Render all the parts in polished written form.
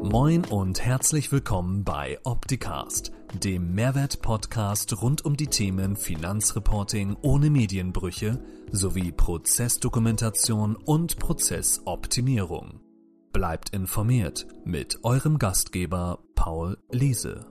Moin und herzlich willkommen bei Opticast, dem Mehrwert-Podcast rund um die Themen Finanzreporting ohne Medienbrüche sowie Prozessdokumentation und Prozessoptimierung. Bleibt informiert mit eurem Gastgeber Paul Liese.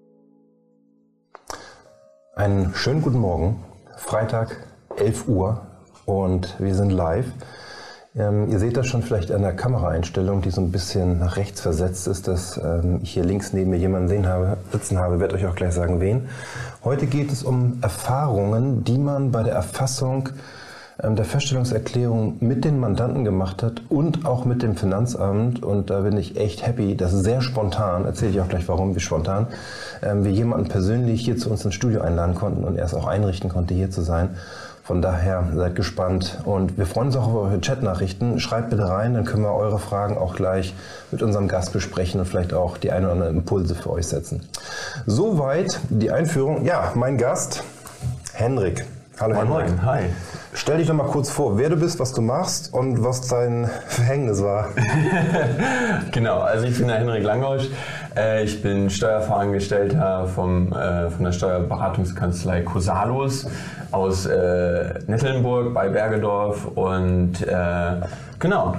Einen schönen guten Morgen, Freitag 11 Uhr und wir sind live. Ihr seht das schon vielleicht an der Kameraeinstellung, die so ein bisschen nach rechts versetzt ist, dass ich hier links neben mir jemanden sitzen habe, werde euch auch gleich sagen, wen. Heute geht es um Erfahrungen, die man bei der Erfassung der Feststellungserklärung mit den Mandanten gemacht hat und auch mit dem Finanzamt. Und da bin ich echt happy, dass sehr spontan, erzähle ich auch gleich warum, wie spontan, wir jemanden persönlich hier zu uns ins Studio einladen konnten und er es auch einrichten konnte, hier zu sein. Von daher seid gespannt und wir freuen uns auch auf eure Chatnachrichten. Schreibt bitte rein, dann können wir eure Fragen auch gleich mit unserem Gast besprechen und vielleicht auch die ein oder anderen Impulse für euch setzen. Soweit die Einführung. Ja, mein Gast, Henrik. Hallo Henrik. Hi. Stell dich doch mal kurz vor, wer du bist, was du machst und was dein Verhängnis war. Genau, also ich bin der Henrik Langausch. Ich bin Steuerfachangestellter von der Steuerberatungskanzlei Cosalus aus Nettelnburg bei Bergedorf und genau.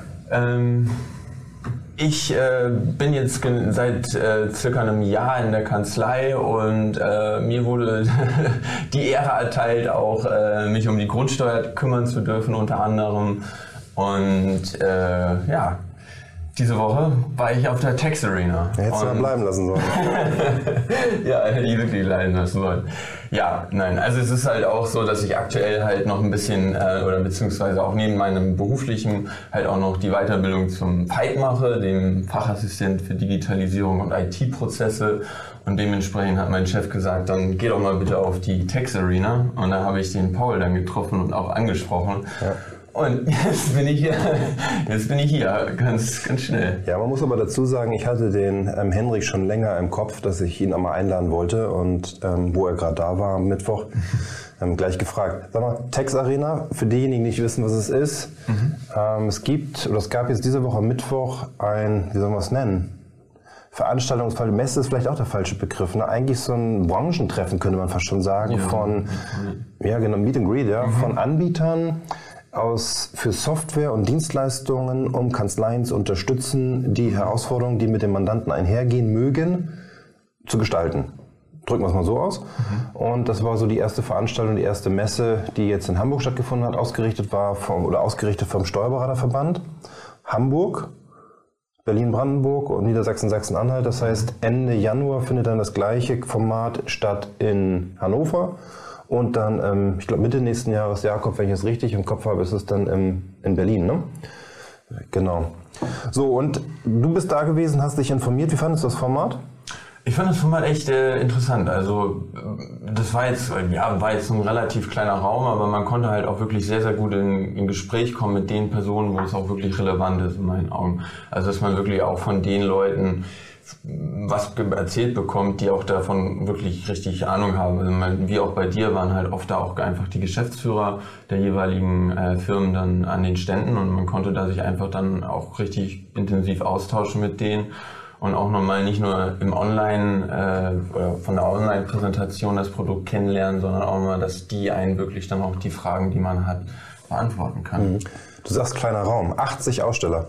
Ich bin jetzt seit circa einem Jahr in der Kanzlei und mir wurde die Ehre erteilt, auch mich um die Grundsteuer kümmern zu dürfen unter anderem. Und ja, diese Woche war ich auf der Tax Arena. Hättest du mal bleiben lassen sollen. Ja, hätte ich wirklich bleiben lassen sollen. Ja, nein, also es ist halt auch so, dass ich aktuell halt noch ein bisschen oder beziehungsweise auch neben meinem beruflichen halt auch noch die Weiterbildung zum FIDE mache, dem Fachassistent für Digitalisierung und IT-Prozesse. Und dementsprechend hat mein Chef gesagt, dann geh doch mal bitte auf die Tax Arena. Und da habe ich den Paul dann getroffen und auch angesprochen. Ja. Und jetzt bin ich hier, ganz schnell. Ja, man muss aber dazu sagen, ich hatte den Henrik schon länger im Kopf, dass ich ihn einmal einladen wollte und wo er gerade da war am Mittwoch, gleich gefragt. Sag mal, Tax Arena, für diejenigen, die nicht wissen, was es ist, es gab jetzt diese Woche am Mittwoch wie sollen wir es nennen? Veranstaltungsfall, Messe ist vielleicht auch der falsche Begriff, ne? Eigentlich so ein Branchentreffen könnte man fast schon sagen, Meet and Greet, von Anbietern für Software und Dienstleistungen, um Kanzleien zu unterstützen, die Herausforderungen, die mit dem Mandanten einhergehen mögen, zu gestalten. Drücken wir es mal so aus. Und das war so die erste Veranstaltung, die erste Messe, die jetzt in Hamburg stattgefunden hat, ausgerichtet vom Steuerberaterverband Hamburg, Berlin-Brandenburg und Niedersachsen-Sachsen-Anhalt. Das heißt, Ende Januar findet dann das gleiche Format statt in Hannover. Und dann, ich glaube Mitte nächsten Jahres, Jakob, wenn ich es richtig im Kopf habe, ist es dann in Berlin, ne? Genau. So, und du bist da gewesen, hast dich informiert. Wie fandest du das Format? Ich fand das Format echt interessant. Also das war jetzt ein relativ kleiner Raum, aber man konnte halt auch wirklich sehr, sehr gut in Gespräch kommen mit den Personen, wo es auch wirklich relevant ist in meinen Augen. Also dass man wirklich auch von den Leuten was erzählt bekommt, die auch davon wirklich richtig Ahnung haben. Also wie auch bei dir waren halt oft da auch einfach die Geschäftsführer der jeweiligen Firmen dann an den Ständen und man konnte da sich einfach dann auch richtig intensiv austauschen mit denen und auch nochmal nicht nur im Online oder von der Online-Präsentation das Produkt kennenlernen, sondern auch mal, dass die einen wirklich dann auch die Fragen, die man hat, beantworten kann. Du sagst kleiner Raum, 80 Aussteller.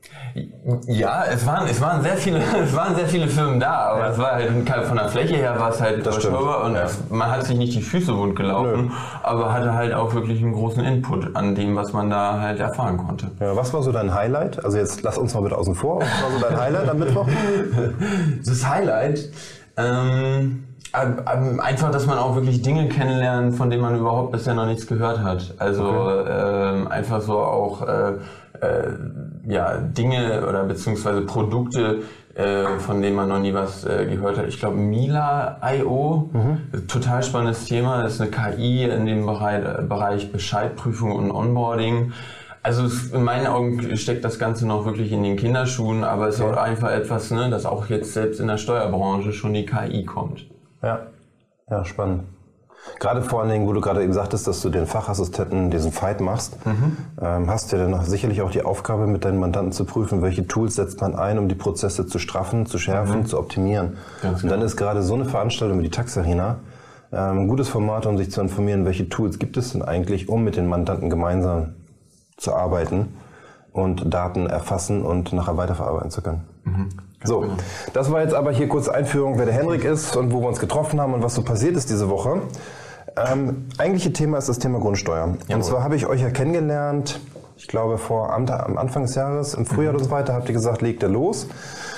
Ja, es waren sehr viele Firmen da, aber es war halt von der Fläche her war es halt überschaubar und man hat sich nicht die Füße wund gelaufen, aber hatte halt auch wirklich einen großen Input an dem, was man da halt erfahren konnte. Ja, was war so dein Highlight? Also jetzt lass uns mal bitte außen vor. Was war so dein Highlight am Mittwoch? Das Highlight? Einfach, dass man auch wirklich Dinge kennenlernt, von denen man überhaupt bisher noch nichts gehört hat. Also einfach so auch Dinge oder beziehungsweise Produkte, von denen man noch nie was gehört hat. Ich glaube Mila.io, total spannendes Thema, das ist eine KI in dem Bereich Bescheidprüfung und Onboarding. Also in meinen Augen steckt das Ganze noch wirklich in den Kinderschuhen, aber es ist auch einfach etwas, ne, dass auch jetzt selbst in der Steuerbranche schon die KI kommt. Ja, spannend. Gerade vor allen Dingen, wo du gerade eben sagtest, dass du den Fachassistenten diesen Fight machst, hast du ja dann sicherlich auch die Aufgabe, mit deinen Mandanten zu prüfen, welche Tools setzt man ein, um die Prozesse zu straffen, zu schärfen, zu optimieren. Und dann ist gerade so eine Veranstaltung wie die Tax Arena ein gutes Format, um sich zu informieren, welche Tools gibt es denn eigentlich, um mit den Mandanten gemeinsam zu arbeiten und Daten erfassen und nachher weiterverarbeiten zu können. So, das war jetzt aber hier kurze Einführung, wer der Henrik ist und wo wir uns getroffen haben und was so passiert ist diese Woche. Eigentliche Thema ist das Thema Grundsteuer. Jawohl. Und zwar habe ich euch ja kennengelernt, ich glaube am Anfang des Jahres, im Frühjahr und so weiter, habt ihr gesagt, legt ihr los.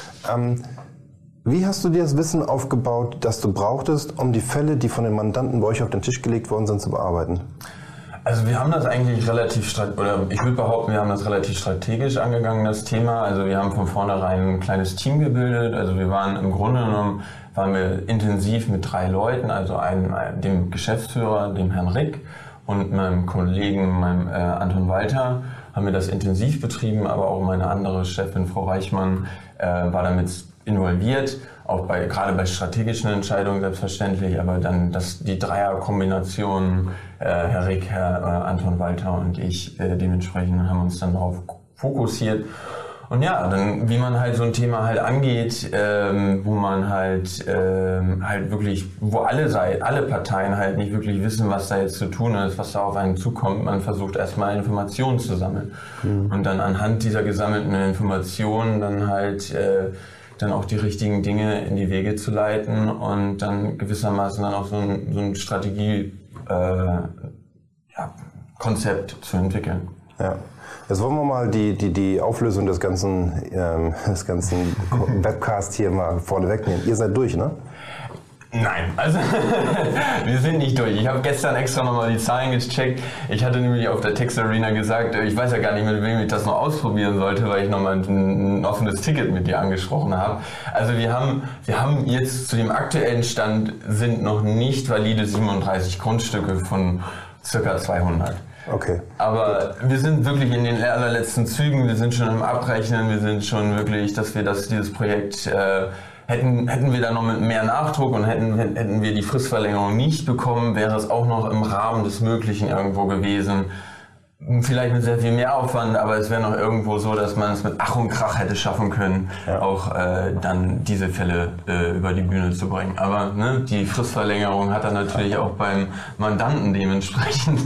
Wie hast du dir das Wissen aufgebaut, das du brauchtest, um die Fälle, die von den Mandanten bei euch auf den Tisch gelegt worden sind, zu bearbeiten? Also wir haben das eigentlich ich würde behaupten, wir haben das relativ strategisch angegangen, das Thema. Also wir haben von vornherein ein kleines Team gebildet. Also wir waren im Grunde genommen, intensiv mit 3 Leuten, also dem Geschäftsführer, dem Herrn Rick und meinem Kollegen, meinem Anton Walter, haben wir das intensiv betrieben, aber auch meine andere Chefin, Frau Reichmann, war damit involviert, auch gerade bei strategischen Entscheidungen selbstverständlich, aber dann die Dreierkombination, Herr Rick, Herr Anton Walter und ich, dementsprechend haben uns dann darauf fokussiert. Und ja, dann, wie man halt so ein Thema halt angeht, wo man halt wirklich, wo alle Parteien halt nicht wirklich wissen, was da jetzt zu tun ist, was da auf einen zukommt. Man versucht erstmal Informationen zu sammeln. Und dann anhand dieser gesammelten Informationen dann halt dann auch die richtigen Dinge in die Wege zu leiten und dann gewissermaßen dann auch so ein Strategie-Konzept zu entwickeln. Ja. Jetzt wollen wir mal die Auflösung des ganzen Webcasts hier mal vorne wegnehmen. Ihr seid durch, ne? Nein, also wir sind nicht durch. Ich habe gestern extra nochmal die Zahlen gecheckt. Ich hatte nämlich auf der Tax Arena gesagt, ich weiß ja gar nicht, mit wem ich das noch ausprobieren sollte, weil ich nochmal ein offenes Ticket mit dir angesprochen habe. Also wir haben jetzt zu dem aktuellen Stand sind noch nicht valide 37 Grundstücke von ca. 200. Okay. Aber wir sind wirklich in den allerletzten Zügen, wir sind schon im Abrechnen, wir sind schon wirklich, dass wir dieses Projekt hätten wir da noch mit mehr Nachdruck und hätten wir die Fristverlängerung nicht bekommen, wäre es auch noch im Rahmen des Möglichen irgendwo gewesen. Vielleicht mit sehr viel mehr Aufwand, aber es wäre noch irgendwo so, dass man es mit Ach und Krach hätte schaffen können, auch dann diese Fälle über die Bühne zu bringen. Aber die Fristverlängerung hat dann natürlich auch beim Mandanten dementsprechend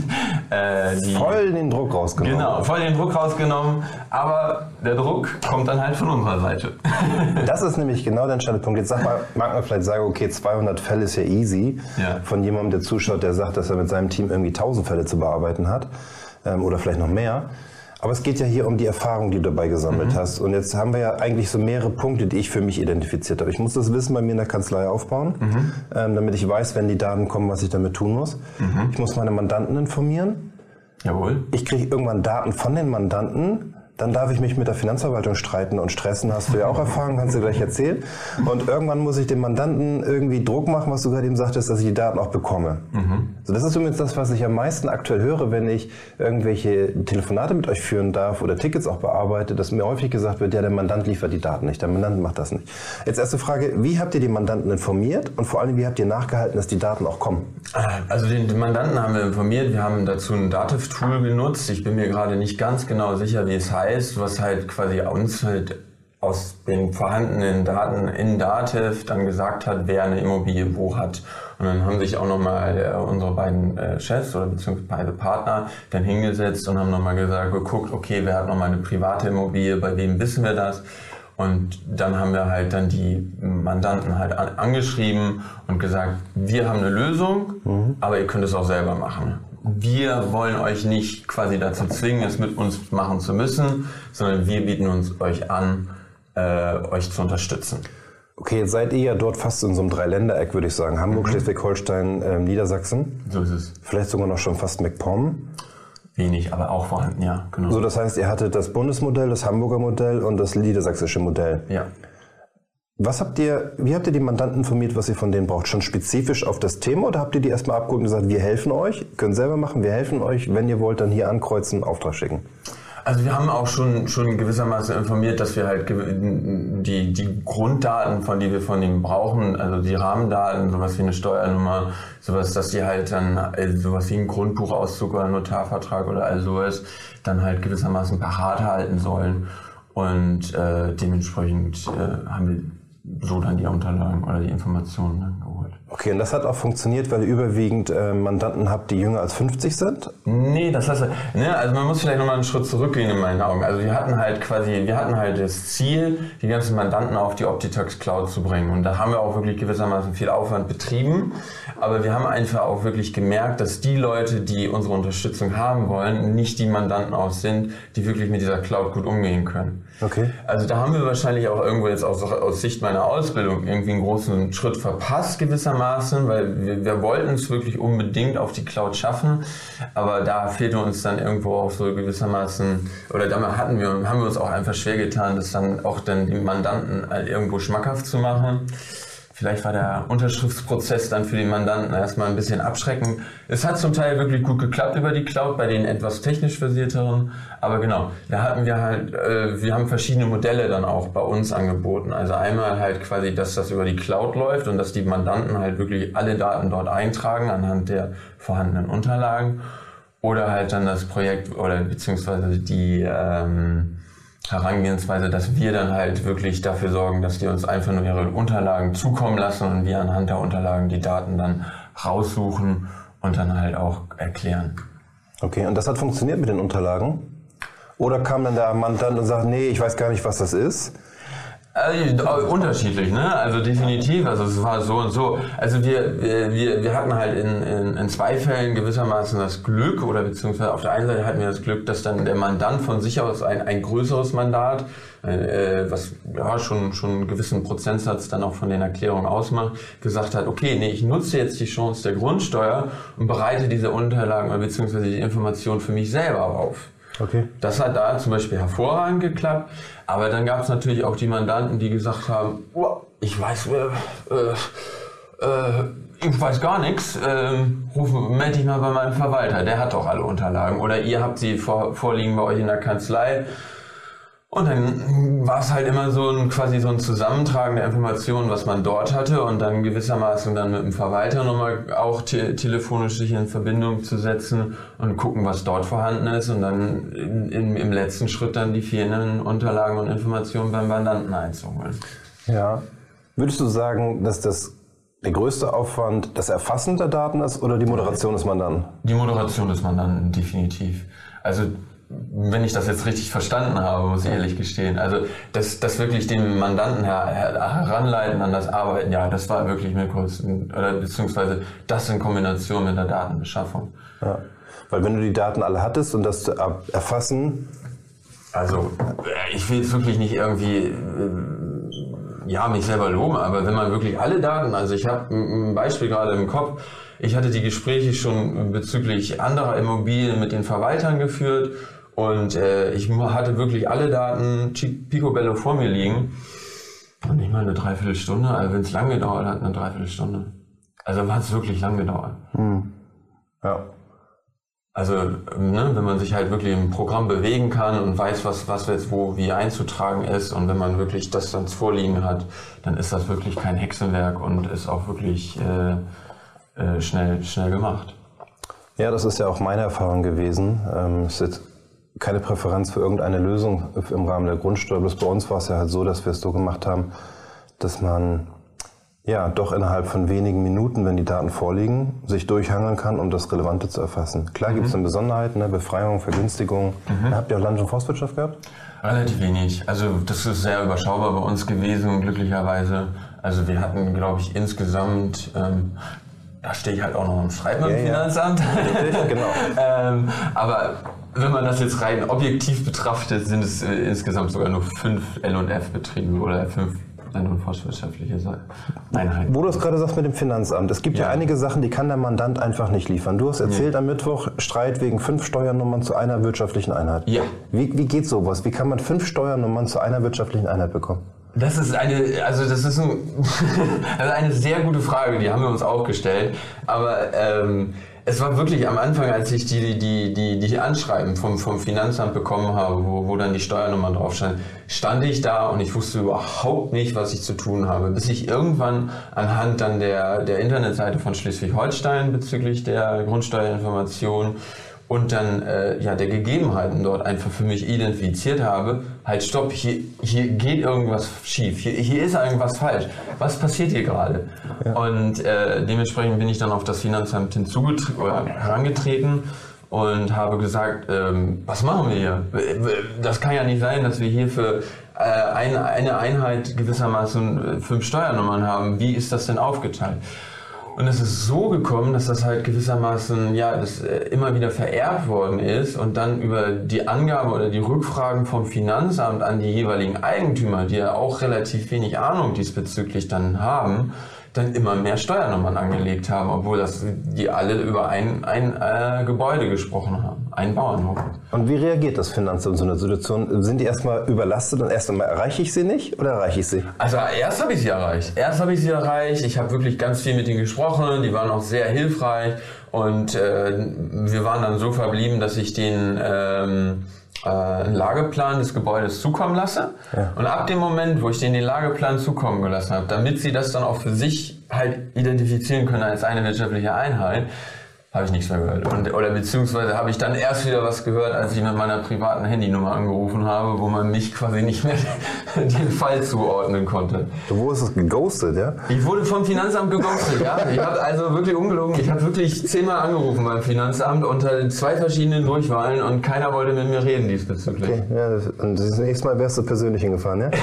voll den Druck rausgenommen. Genau, voll den Druck rausgenommen, aber der Druck kommt dann halt von unserer Seite. Das ist nämlich genau der entscheidende Punkt. Jetzt mag man vielleicht sagen, okay, 200 Fälle ist ja easy, von jemandem, der zuschaut, der sagt, dass er mit seinem Team irgendwie 1000 Fälle zu bearbeiten hat. Oder vielleicht noch mehr. Aber es geht ja hier um die Erfahrung, die du dabei gesammelt hast. Und jetzt haben wir ja eigentlich so mehrere Punkte, die ich für mich identifiziert habe. Ich muss das Wissen bei mir in der Kanzlei aufbauen, damit ich weiß, wenn die Daten kommen, was ich damit tun muss. Ich muss meine Mandanten informieren. Jawohl. Ich kriege irgendwann Daten von den Mandanten. Dann darf ich mich mit der Finanzverwaltung streiten und stressen, hast du ja auch erfahren, kannst du gleich erzählen. Und irgendwann muss ich dem Mandanten irgendwie Druck machen, was du gerade eben sagtest, dass ich die Daten auch bekomme. So, das ist übrigens das, was ich am meisten aktuell höre, wenn ich irgendwelche Telefonate mit euch führen darf oder Tickets auch bearbeite, dass mir häufig gesagt wird, ja, der Mandant liefert die Daten nicht, der Mandant macht das nicht. Jetzt erste Frage, wie habt ihr die Mandanten informiert und vor allem, wie habt ihr nachgehalten, dass die Daten auch kommen? Also den Mandanten haben wir informiert, wir haben dazu ein Dativ-Tool genutzt. Ich bin mir gerade nicht ganz genau sicher, wie es heißt, was halt quasi uns halt aus den vorhandenen Daten in Dativ dann gesagt hat, wer eine Immobilie wo hat. Und dann haben sich auch nochmal unsere beiden Chefs oder beziehungsweise beide Partner dann hingesetzt und haben nochmal geguckt, okay, wer hat nochmal eine private Immobilie, bei wem wissen wir das? Und dann haben wir halt dann die Mandanten halt angeschrieben und gesagt, wir haben eine Lösung, aber ihr könnt es auch selber machen. Wir wollen euch nicht quasi dazu zwingen, es mit uns machen zu müssen, sondern wir bieten euch an, euch zu unterstützen. Okay, jetzt seid ihr ja dort fast in so einem Dreiländereck, würde ich sagen. Hamburg, Schleswig-Holstein, Niedersachsen. So ist es. Vielleicht sogar noch schon fast MacPom. Wenig, aber auch vorhanden, ja, genau. So, das heißt, ihr hattet das Bundesmodell, das Hamburger Modell und das niedersächsische Modell. Ja. Wie habt ihr die Mandanten informiert, was ihr von denen braucht? Schon spezifisch auf das Thema oder habt ihr die erstmal abgeholt und gesagt, wir helfen euch, können selber machen, wir helfen euch, wenn ihr wollt, dann hier ankreuzen, Auftrag schicken? Also wir haben auch schon gewissermaßen informiert, dass wir halt die Grunddaten, die wir von ihm brauchen, also die Rahmendaten, sowas wie eine Steuernummer, sowas, dass die halt dann sowas wie ein Grundbuchauszug oder ein Notarvertrag oder all sowas dann halt gewissermaßen parat halten sollen. Und dementsprechend haben wir so dann die Unterlagen oder die Informationen dann geholt. Okay, und das hat auch funktioniert, weil ihr überwiegend Mandanten habt, die jünger als 50 sind? Nee, das heißt, also man muss vielleicht nochmal einen Schritt zurückgehen in meinen Augen. Also wir hatten halt das Ziel, die ganzen Mandanten auf die Optitax Cloud zu bringen. Und da haben wir auch wirklich gewissermaßen viel Aufwand betrieben. Aber wir haben einfach auch wirklich gemerkt, dass die Leute, die unsere Unterstützung haben wollen, nicht die Mandanten auch sind, die wirklich mit dieser Cloud gut umgehen können. Okay. Also da haben wir wahrscheinlich auch irgendwo jetzt aus Sicht meiner Ausbildung irgendwie einen großen Schritt verpasst gewissermaßen, weil wir wollten es wirklich unbedingt auf die Cloud schaffen, aber da fehlte uns dann irgendwo auch so gewissermaßen, oder damals haben wir uns auch einfach schwer getan, das dann auch den Mandanten halt irgendwo schmackhaft zu machen. Vielleicht war der Unterschriftsprozess dann für die Mandanten erstmal ein bisschen abschreckend. Es hat zum Teil wirklich gut geklappt über die Cloud, bei den etwas technisch versierteren. Aber genau, da hatten wir halt, wir haben verschiedene Modelle dann auch bei uns angeboten. Also einmal halt quasi, dass das über die Cloud läuft und dass die Mandanten halt wirklich alle Daten dort eintragen anhand der vorhandenen Unterlagen. Oder halt dann das Projekt oder beziehungsweise die Herangehensweise, dass wir dann halt wirklich dafür sorgen, dass die uns einfach nur ihre Unterlagen zukommen lassen und wir anhand der Unterlagen die Daten dann raussuchen und dann halt auch erklären. Okay, und das hat funktioniert mit den Unterlagen? Oder kam dann der Mandant und sagt, nee, ich weiß gar nicht, was das ist? Unterschiedlich, ne? Also definitiv, also es war so und so. Also wir hatten halt in zwei Fällen gewissermaßen das Glück, oder beziehungsweise auf der einen Seite hatten wir das Glück, dass dann der Mandant von sich aus ein größeres Mandat, was ja schon einen gewissen Prozentsatz dann auch von den Erklärungen ausmacht, gesagt hat, okay, nee, ich nutze jetzt die Chance der Grundsteuer und bereite diese Unterlagen oder beziehungsweise die Informationen für mich selber auf. Okay. Das hat da zum Beispiel hervorragend geklappt, aber dann gab es natürlich auch die Mandanten, die gesagt haben, ich weiß gar nichts, melde dich mal bei meinem Verwalter, der hat doch alle Unterlagen oder ihr habt sie vorliegen bei euch in der Kanzlei. Und dann war es halt immer quasi so ein Zusammentragen der Informationen, was man dort hatte und dann gewissermaßen dann mit dem Verwalter nochmal auch telefonisch sich in Verbindung zu setzen und gucken, was dort vorhanden ist und dann im letzten Schritt dann die fehlenden Unterlagen und Informationen beim Mandanten einzuholen. Ja. Würdest du sagen, dass der größte Aufwand das Erfassen der Daten ist oder die Moderation des Mandanten? Die Moderation des Mandanten, definitiv. Also wenn ich das jetzt richtig verstanden habe, muss ich ehrlich gestehen. Also das wirklich den Mandanten heranleiten an das Arbeiten, ja, das war wirklich beziehungsweise das in Kombination mit der Datenbeschaffung. Ja, weil wenn du die Daten alle hattest und das erfassen... Also ich will jetzt wirklich nicht irgendwie mich selber loben, aber wenn man wirklich alle Daten, also ich habe ein Beispiel gerade im Kopf, ich hatte die Gespräche schon bezüglich anderer Immobilien mit den Verwaltern geführt und ich hatte wirklich alle Daten picobello vor mir liegen und nicht mal eine Dreiviertelstunde, also wenn es lang gedauert hat, eine Dreiviertelstunde. Also hat es wirklich lang gedauert. Ja. Also wenn man sich halt wirklich im Programm bewegen kann und weiß, was jetzt wo wie einzutragen ist und wenn man wirklich das dann vorliegen hat, dann ist das wirklich kein Hexenwerk und ist auch wirklich schnell gemacht. Ja, das ist ja auch meine Erfahrung gewesen. Es ist jetzt keine Präferenz für irgendeine Lösung im Rahmen der Grundsteuer. Bloß bei uns war es ja halt so, dass wir es so gemacht haben, dass man ja doch innerhalb von wenigen Minuten, wenn die Daten vorliegen, sich durchhangeln kann, um das Relevante zu erfassen. Klar gibt es dann Besonderheiten, ne? Befreiung, Vergünstigung. Habt ihr auch Land- und Forstwirtschaft gehabt? Relativ wenig. Also das ist sehr überschaubar bei uns gewesen, glücklicherweise. Also wir hatten, glaube ich, insgesamt... da stehe ich halt auch noch im Streit mit dem Finanzamt. Richtig, genau. Aber wenn man das jetzt rein objektiv betrachtet, sind es insgesamt sogar nur 5 L&F-Betriebe oder 5 land- und forstwirtschaftliche Einheiten. Wo du es gerade sagst mit dem Finanzamt, es gibt ja einige Sachen, die kann der Mandant einfach nicht liefern. Du hast erzählt am Mittwoch, Streit wegen 5 Steuernummern zu einer wirtschaftlichen Einheit. Ja. Wie geht sowas? Wie kann man 5 Steuernummern zu einer wirtschaftlichen Einheit bekommen? Das ist eine sehr gute Frage, die haben wir uns auch gestellt. Aber Es war wirklich am Anfang, als ich die Anschreiben vom Finanzamt bekommen habe, wo dann die Steuernummer drauf stand ich da und ich wusste überhaupt nicht, was ich zu tun habe, bis ich irgendwann anhand dann der Internetseite von Schleswig-Holstein bezüglich der Grundsteuerinformation und dann der Gegebenheiten dort einfach für mich identifiziert habe, halt stopp, hier geht irgendwas schief, hier ist irgendwas falsch. Was passiert hier gerade? Ja. Und dementsprechend bin ich dann auf das Finanzamt herangetreten und habe gesagt, was machen wir hier? Das kann ja nicht sein, dass wir hier für eine Einheit gewissermaßen 5 Steuernummern haben. Wie ist das denn aufgeteilt? Und es ist so gekommen, dass das halt gewissermaßen immer wieder vererbt worden ist und dann über die Angaben oder die Rückfragen vom Finanzamt an die jeweiligen Eigentümer, die ja auch relativ wenig Ahnung diesbezüglich dann haben, dann immer mehr Steuernummern angelegt haben, obwohl die alle über ein Gebäude gesprochen haben, einen Bauernhof. Und wie reagiert das Finanzamt in so einer Situation? Sind die erstmal überlastet und erst einmal erreiche ich sie nicht oder erreiche ich sie? Also erst habe ich sie erreicht. Ich habe wirklich ganz viel mit ihnen gesprochen, die waren auch sehr hilfreich und wir waren dann so verblieben, dass ich den einen Lageplan des Gebäudes zukommen lasse. Ja. Und ab dem Moment, wo ich denen den Lageplan zukommen gelassen habe, damit sie das dann auch für sich halt identifizieren können als eine wirtschaftliche Einheit, habe ich nichts mehr gehört. Oder beziehungsweise habe ich dann erst wieder was gehört, als ich mit meiner privaten Handynummer angerufen habe, wo man mich quasi nicht mehr den Fall zuordnen konnte. Du wurdest geghostet, ja? Ich wurde vom Finanzamt geghostet, ja. Ich habe also wirklich ungelogen, ich habe wirklich 10-mal angerufen beim Finanzamt unter 2 verschiedenen Durchwahlen und keiner wollte mit mir reden diesbezüglich. Okay, ja, und das nächste Mal wärst du persönlich hingefahren, ja?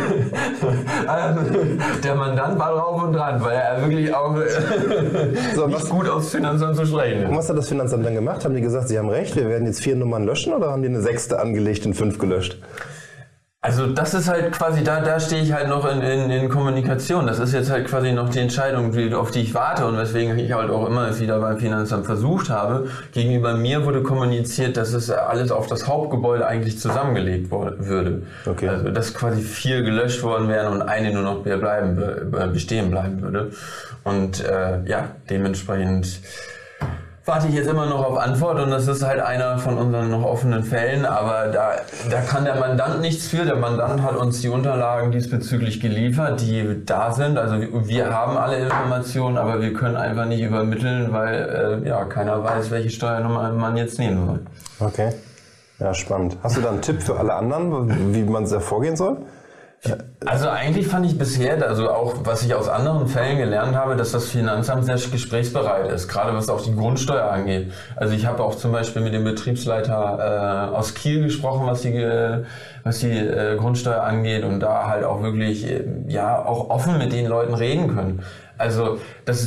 Der Mandant war drauf und dran, weil er wirklich auch nicht gut aufs Finanzamt zu sprechen. Und was hat das Finanzamt dann gemacht? Haben die gesagt, sie haben recht, wir werden jetzt 4 Nummern löschen oder haben die eine 6. angelegt und 5 gelöscht? Also das ist halt quasi, da stehe ich halt noch in Kommunikation. Das ist jetzt halt quasi noch die Entscheidung, auf die ich warte und weswegen ich halt auch immer wieder beim Finanzamt versucht habe. Gegenüber mir wurde kommuniziert, dass es alles auf das Hauptgebäude eigentlich zusammengelegt würde. Okay. Also dass quasi 4 gelöscht worden wären und eine nur noch bestehen bleiben würde. Und dementsprechend warte ich jetzt immer noch auf Antwort und das ist halt einer von unseren noch offenen Fällen, aber da kann der Mandant nichts für. Der Mandant hat uns die Unterlagen diesbezüglich geliefert, die da sind. Also wir haben alle Informationen, aber wir können einfach nicht übermitteln, weil keiner weiß, welche Steuernummer man jetzt nehmen soll. Okay, ja, spannend. Hast du da einen Tipp für alle anderen, wie man da vorgehen soll? Also eigentlich fand ich bisher, also auch was ich aus anderen Fällen gelernt habe, dass das Finanzamt sehr gesprächsbereit ist, gerade was auch die Grundsteuer angeht. Also ich habe auch zum Beispiel mit dem Betriebsleiter aus Kiel gesprochen, was die Grundsteuer angeht und da halt auch wirklich auch offen mit den Leuten reden können. Also dass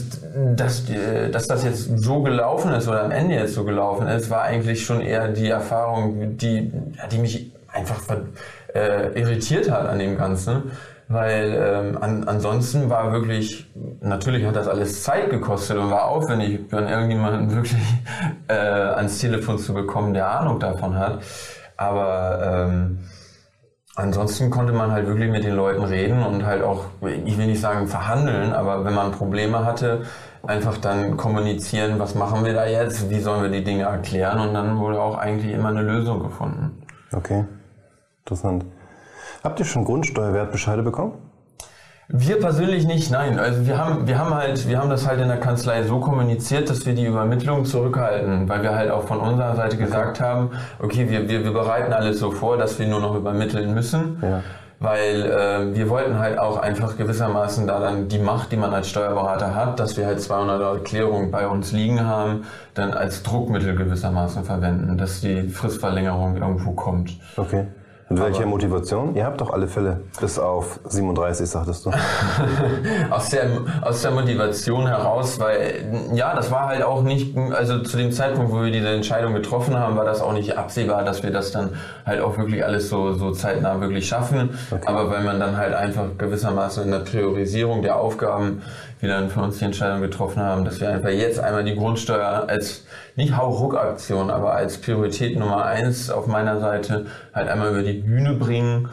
das jetzt so gelaufen ist oder am Ende jetzt so gelaufen ist, war eigentlich schon eher die Erfahrung, die mich einfach irritiert hat an dem Ganzen, weil ansonsten war wirklich, natürlich hat das alles Zeit gekostet und war aufwendig, dann irgendjemanden wirklich ans Telefon zu bekommen, der Ahnung davon hat, aber ansonsten konnte man halt wirklich mit den Leuten reden und halt auch, ich will nicht sagen verhandeln, aber wenn man Probleme hatte, einfach dann kommunizieren, was machen wir da jetzt, wie sollen wir die Dinge erklären und dann wurde auch eigentlich immer eine Lösung gefunden. Okay. Interessant. Habt ihr schon Grundsteuerwertbescheide bekommen? Wir persönlich nicht, nein. Also wir haben das halt in der Kanzlei so kommuniziert, dass wir die Übermittlung zurückhalten, weil wir halt auch von unserer Seite gesagt haben, okay, wir bereiten alles so vor, dass wir nur noch übermitteln müssen. Ja. Weil wir wollten halt auch einfach gewissermaßen da dann die Macht, die man als Steuerberater hat, dass wir halt 200 Erklärungen bei uns liegen haben, dann als Druckmittel gewissermaßen verwenden, dass die Fristverlängerung irgendwo kommt. Okay. Mit welcher Motivation? Ihr habt doch alle Fälle bis auf 37, sagtest du. aus der Motivation heraus, weil das war halt auch nicht, also zu dem Zeitpunkt, wo wir diese Entscheidung getroffen haben, war das auch nicht absehbar, dass wir das dann halt auch wirklich alles so zeitnah wirklich schaffen. Okay. Aber weil man dann halt einfach gewissermaßen in der Priorisierung der Aufgaben wir dann für uns die Entscheidung getroffen haben, dass wir einfach jetzt einmal die Grundsteuer als, nicht Hauruck-Aktion, aber als Priorität Nummer 1 auf meiner Seite halt einmal über die Bühne bringen,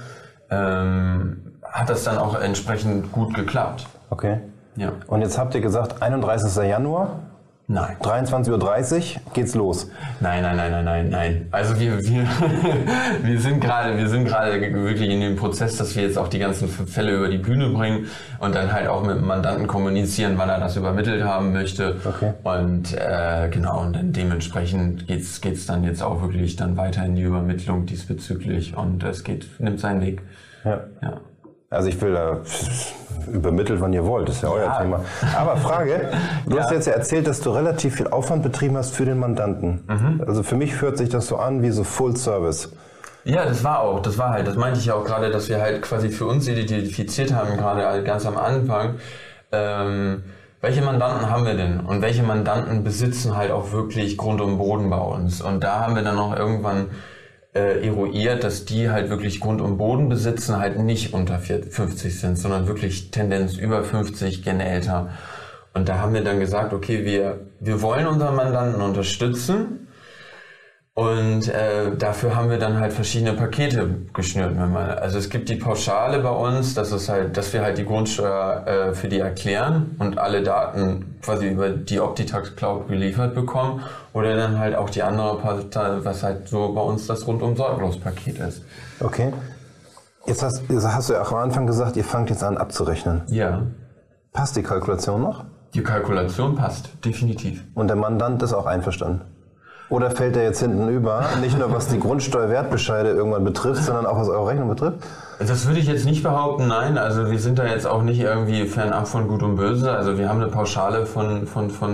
hat das dann auch entsprechend gut geklappt. Okay. Ja. Und jetzt habt ihr gesagt, 31. Januar Nein. 23:30 Uhr geht's los. Nein. Also wir sind gerade wirklich in dem Prozess, dass wir jetzt auch die ganzen Fälle über die Bühne bringen und dann halt auch mit dem Mandanten kommunizieren, wann er das übermittelt haben möchte. Okay. Und und dann dementsprechend geht's dann jetzt auch wirklich dann weiter in die Übermittlung diesbezüglich und es nimmt seinen Weg. Ja. Also ich will da übermittelt, wann ihr wollt, das ist ja euer Thema. Aber Frage, du hast jetzt ja erzählt, dass du relativ viel Aufwand betrieben hast für den Mandanten. Also für mich hört sich das so an wie so Full Service. Ja, das meinte ich ja auch gerade, dass wir halt quasi für uns identifiziert haben, gerade halt ganz am Anfang, welche Mandanten haben wir denn und welche Mandanten besitzen halt auch wirklich Grund und Boden bei uns. Und da haben wir dann auch irgendwann eruiert, dass die halt wirklich Grund und Boden besitzen, halt nicht unter 50 sind, sondern wirklich Tendenz über 50, gerne älter. Und da haben wir dann gesagt, okay, wir wollen unseren Mandanten unterstützen und dafür haben wir dann halt verschiedene Pakete geschnürt. Also es gibt die Pauschale bei uns, dass wir halt die Grundsteuer für die erklären und alle Daten quasi über die Optitax Cloud geliefert bekommen. Oder dann halt auch die andere Partei, was halt so bei uns das Rundum-Sorglos-Paket ist. Okay. Jetzt hast du ja auch am Anfang gesagt, ihr fangt jetzt an abzurechnen. Ja. Passt die Kalkulation noch? Die Kalkulation passt, definitiv. Und der Mandant ist auch einverstanden? Oder fällt er jetzt hinten über, nicht nur was die Grundsteuerwertbescheide irgendwann betrifft, sondern auch was eure Rechnung betrifft? Das würde ich jetzt nicht behaupten, nein. Also wir sind da jetzt auch nicht irgendwie fernab von Gut und Böse. Also wir haben eine Pauschale von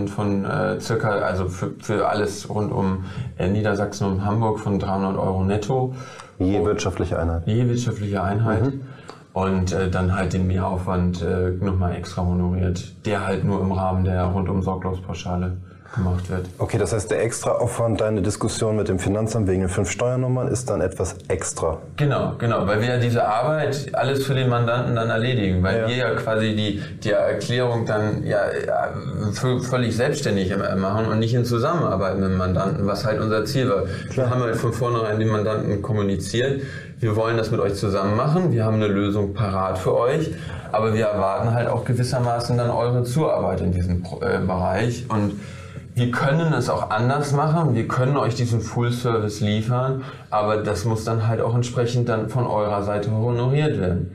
circa, also für alles rund um Niedersachsen und Hamburg von 300 € netto. Je wirtschaftliche Einheit. Je wirtschaftliche Einheit. Und dann halt den Mehraufwand nochmal extra honoriert, der halt nur im Rahmen der Rundum-Sorglos-Pauschale gemacht wird. Okay, das heißt, der Extraaufwand, deine Diskussion mit dem Finanzamt wegen den 5 Steuernummern ist dann etwas extra. Genau, weil wir ja diese Arbeit alles für den Mandanten dann erledigen, weil wir ja quasi die Erklärung dann völlig selbstständig machen und nicht in Zusammenarbeit mit dem Mandanten, was halt unser Ziel war. Klar. Wir haben halt von vornherein dem Mandanten kommuniziert, wir wollen das mit euch zusammen machen, wir haben eine Lösung parat für euch, aber wir erwarten halt auch gewissermaßen dann eure Zuarbeit in diesem Bereich und wir können es auch anders machen, wir können euch diesen Full-Service liefern, aber das muss dann halt auch entsprechend dann von eurer Seite honoriert werden.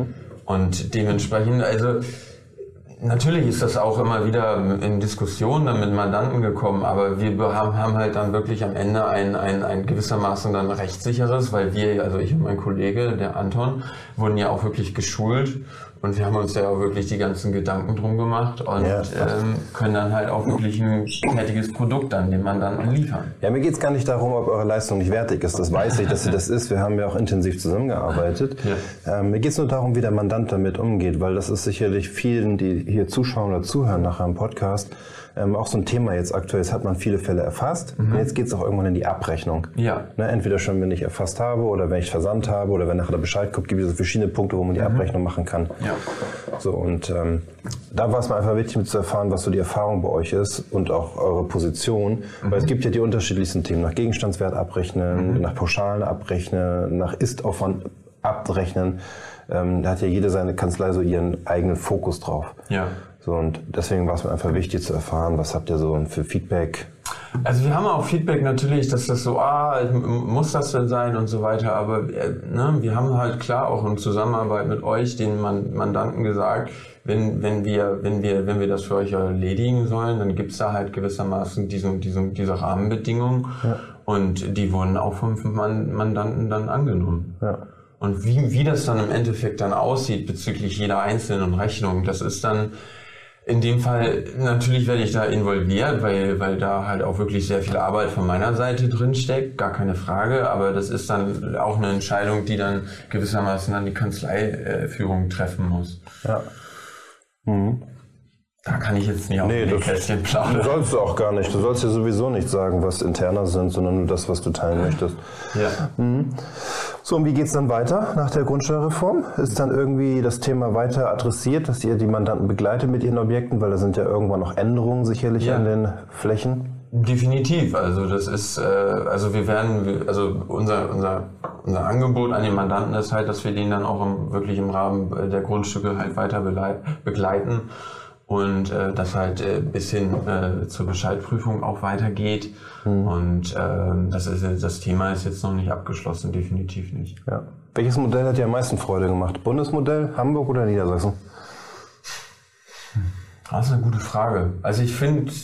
Und dementsprechend, also natürlich ist das auch immer wieder in Diskussionen dann mit Mandanten gekommen, aber wir haben halt dann wirklich am Ende ein gewissermaßen dann rechtssicheres, weil wir, also ich und mein Kollege, der Anton, wurden ja auch wirklich geschult. Und wir haben uns ja auch wirklich die ganzen Gedanken drum gemacht und können dann halt auch wirklich ein fertiges Produkt dann dem Mandanten liefern. Ja, mir geht es gar nicht darum, ob eure Leistung nicht wertig ist. Das weiß ich, dass sie das ist. Wir haben ja auch intensiv zusammengearbeitet. Ja. Mir geht es nur darum, wie der Mandant damit umgeht, weil das ist sicherlich vielen, die hier zuschauen oder zuhören nachher im Podcast, auch so ein Thema jetzt aktuell. Jetzt hat man viele Fälle erfasst und jetzt geht es auch irgendwann in die Abrechnung. Ja. Ne, entweder schon, wenn ich erfasst habe oder wenn ich versandt habe oder wenn nachher der Bescheid kommt, gibt es so verschiedene Punkte, wo man die Abrechnung machen kann. Ja. So, und da war es mir einfach wichtig, mit zu erfahren, was so die Erfahrung bei euch ist und auch eure Position. Weil es gibt ja die unterschiedlichsten Themen. Nach Gegenstandswert abrechnen, nach Pauschalen abrechnen, nach Ist-Aufwand abrechnen. Da hat ja jede seine Kanzlei so ihren eigenen Fokus drauf. Ja. So, und deswegen war es mir einfach wichtig zu erfahren, was habt ihr so für Feedback? Also wir haben auch Feedback natürlich, dass das so, muss das denn sein und so weiter, aber wir haben halt klar auch in Zusammenarbeit mit euch, den Mandanten gesagt, wenn wir das für euch erledigen sollen, dann gibt's da halt gewissermaßen diese Rahmenbedingungen und die wurden auch vom Mandanten dann angenommen. Ja. Und wie das dann im Endeffekt dann aussieht bezüglich jeder einzelnen Rechnung, das ist dann in dem Fall, natürlich werde ich da involviert, weil da halt auch wirklich sehr viel Arbeit von meiner Seite drin steckt, gar keine Frage, aber das ist dann auch eine Entscheidung, die dann gewissermaßen dann die Kanzleiführung treffen muss. Ja. Da kann ich jetzt nicht auf den Kästchen plaudern. Du sollst auch gar nicht. Du sollst ja sowieso nicht sagen, was interner sind, sondern nur das, was du teilen möchtest. Ja. So, und wie geht's dann weiter nach der Grundsteuerreform? Ist dann irgendwie das Thema weiter adressiert, dass ihr die Mandanten begleitet mit ihren Objekten? Weil da sind ja irgendwann noch Änderungen sicherlich an den Flächen. Definitiv. Also das ist, unser Angebot an den Mandanten ist halt, dass wir den dann auch wirklich im Rahmen der Grundstücke halt weiter begleiten. und das halt bis hin zur Bescheidprüfung auch weitergeht. Und das Thema ist jetzt noch nicht abgeschlossen, definitiv nicht. Ja. Welches Modell hat dir am meisten Freude gemacht? Bundesmodell, Hamburg oder Niedersachsen? Das ist eine gute Frage. Also ich finde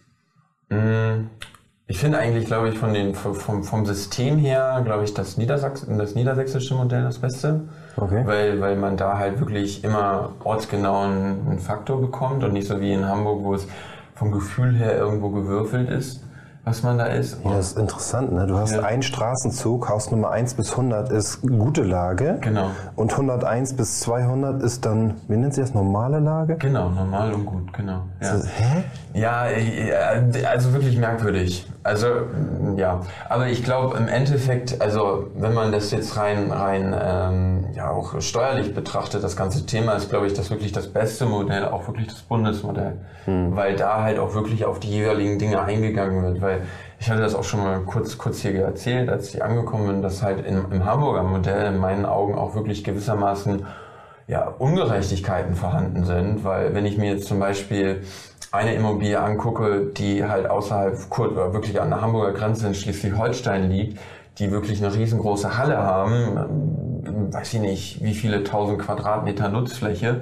eigentlich, glaube ich, vom System her, glaube ich, das niedersächsische Modell das Beste. Okay. Weil man da halt wirklich immer ortsgenau einen Faktor bekommt und nicht so wie in Hamburg, wo es vom Gefühl her irgendwo gewürfelt ist, was man da ist. Ja, das ist interessant, ne? Du hast einen Straßenzug, Hausnummer 1 bis 100 ist gute Lage. Genau. Und 101 bis 200 ist dann, wie nennt sie das, normale Lage? Genau, normal und gut, genau. Ja. Hä? Ja, also wirklich merkwürdig. Also, ja. Aber ich glaube im Endeffekt, also wenn man das jetzt rein auch steuerlich betrachtet, das ganze Thema ist, glaube ich, das wirklich das beste Modell, auch wirklich das Bundesmodell. Weil da halt auch wirklich auf die jeweiligen Dinge eingegangen wird. Weil ich hatte das auch schon mal kurz hier erzählt, als ich angekommen bin, dass halt im Hamburger Modell in meinen Augen auch wirklich gewissermaßen Ungerechtigkeiten vorhanden sind. Weil wenn ich mir jetzt zum Beispiel eine Immobilie angucke, die halt außerhalb wirklich an der Hamburger Grenze in Schleswig-Holstein liegt, die wirklich eine riesengroße Halle haben, weiß ich nicht, wie viele 1000 Quadratmeter Nutzfläche,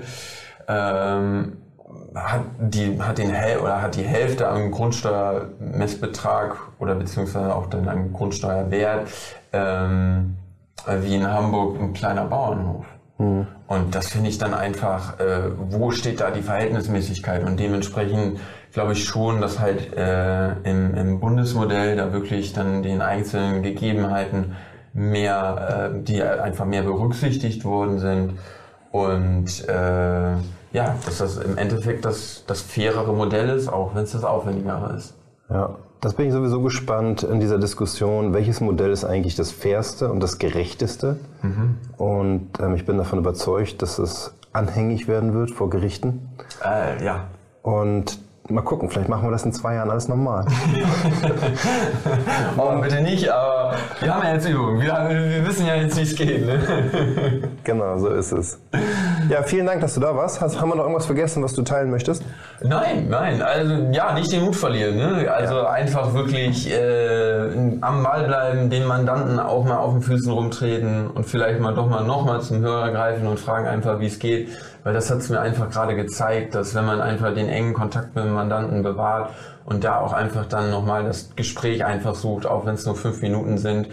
hat die Hälfte am Grundsteuermessbetrag oder beziehungsweise auch dann am Grundsteuerwert wie in Hamburg ein kleiner Bauernhof. Und das finde ich dann einfach, wo steht da die Verhältnismäßigkeit? Und dementsprechend glaube ich schon, dass halt im Bundesmodell da wirklich dann den einzelnen Gegebenheiten die einfach mehr berücksichtigt worden sind. Und dass das im Endeffekt das fairere Modell ist, auch wenn es das aufwendigere ist. Ja, das bin ich sowieso gespannt in dieser Diskussion. Welches Modell ist eigentlich das fairste und das gerechteste? Und ich bin davon überzeugt, dass es anhängig werden wird vor Gerichten. Ja. Und mal gucken, vielleicht machen wir das in 2 Jahren alles normal. Oh, bitte nicht, aber wir haben ja jetzt Übung. Wir wissen ja jetzt, wie es geht. Ne? Genau, so ist es. Ja, vielen Dank, dass du da warst. Haben wir noch irgendwas vergessen, was du teilen möchtest? Nein. Also nicht den Mut verlieren. Ne? Also einfach wirklich am Ball bleiben, den Mandanten auch mal auf den Füßen rumtreten und vielleicht nochmal zum Hörer greifen und fragen einfach, wie es geht. Weil das hat es mir einfach gerade gezeigt, dass wenn man einfach den engen Kontakt mit dem Mandanten bewahrt und da auch einfach dann nochmal das Gespräch einfach sucht, auch wenn es nur 5 Minuten sind,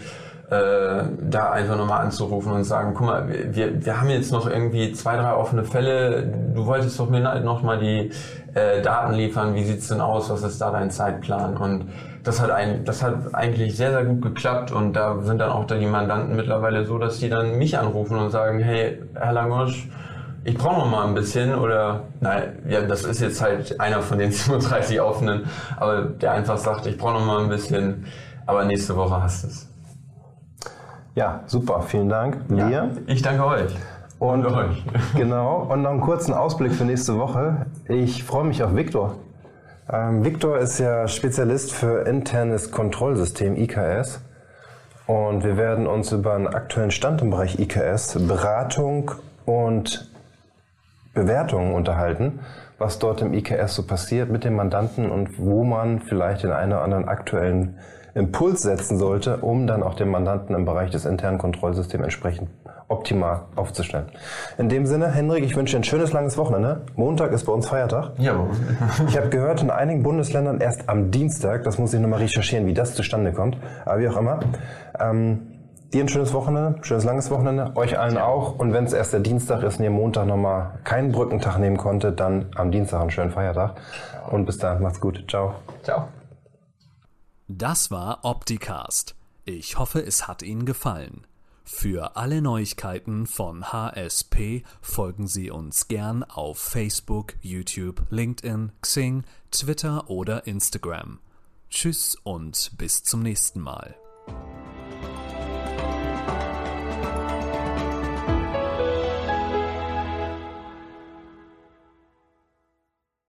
da einfach nochmal anzurufen und sagen, guck mal, wir haben jetzt noch irgendwie 2, 3 offene Fälle, du wolltest doch mir nochmal die Daten liefern, wie sieht's denn aus, was ist da dein Zeitplan? Und das hat eigentlich sehr, sehr gut geklappt und da sind dann auch die Mandanten mittlerweile so, dass die dann mich anrufen und sagen, hey, Herr Langosch, ich brauche noch mal ein bisschen das ist jetzt halt einer von den 37 offenen, aber der einfach sagt, ich brauche noch mal ein bisschen, aber nächste Woche hast du es. Ja, super, vielen Dank. Ja, ich danke euch. Und euch. Genau, und noch einen kurzen Ausblick für nächste Woche. Ich freue mich auf Viktor. Viktor ist ja Spezialist für internes Kontrollsystem, IKS. Und wir werden uns über einen aktuellen Stand im Bereich IKS, Beratung und Bewertungen unterhalten, was dort im IKS so passiert mit dem Mandanten und wo man vielleicht den einen oder anderen aktuellen Impuls setzen sollte, um dann auch den Mandanten im Bereich des internen Kontrollsystems entsprechend optimal aufzustellen. In dem Sinne, Henrik, ich wünsche dir ein schönes, langes Wochenende. Montag ist bei uns Feiertag. Ja. Ich habe gehört, in einigen Bundesländern erst am Dienstag, das muss ich nochmal recherchieren, wie das zustande kommt, aber wie auch immer. Dir ein schönes Wochenende, schönes langes Wochenende, euch allen auch. Und wenn es erst der Dienstag ist und ihr Montag nochmal keinen Brückentag nehmen konntet, dann am Dienstag einen schönen Feiertag. Und bis dann, macht's gut. Ciao. Ciao. Das war Opticast. Ich hoffe, es hat Ihnen gefallen. Für alle Neuigkeiten von HSP folgen Sie uns gern auf Facebook, YouTube, LinkedIn, Xing, Twitter oder Instagram. Tschüss und bis zum nächsten Mal.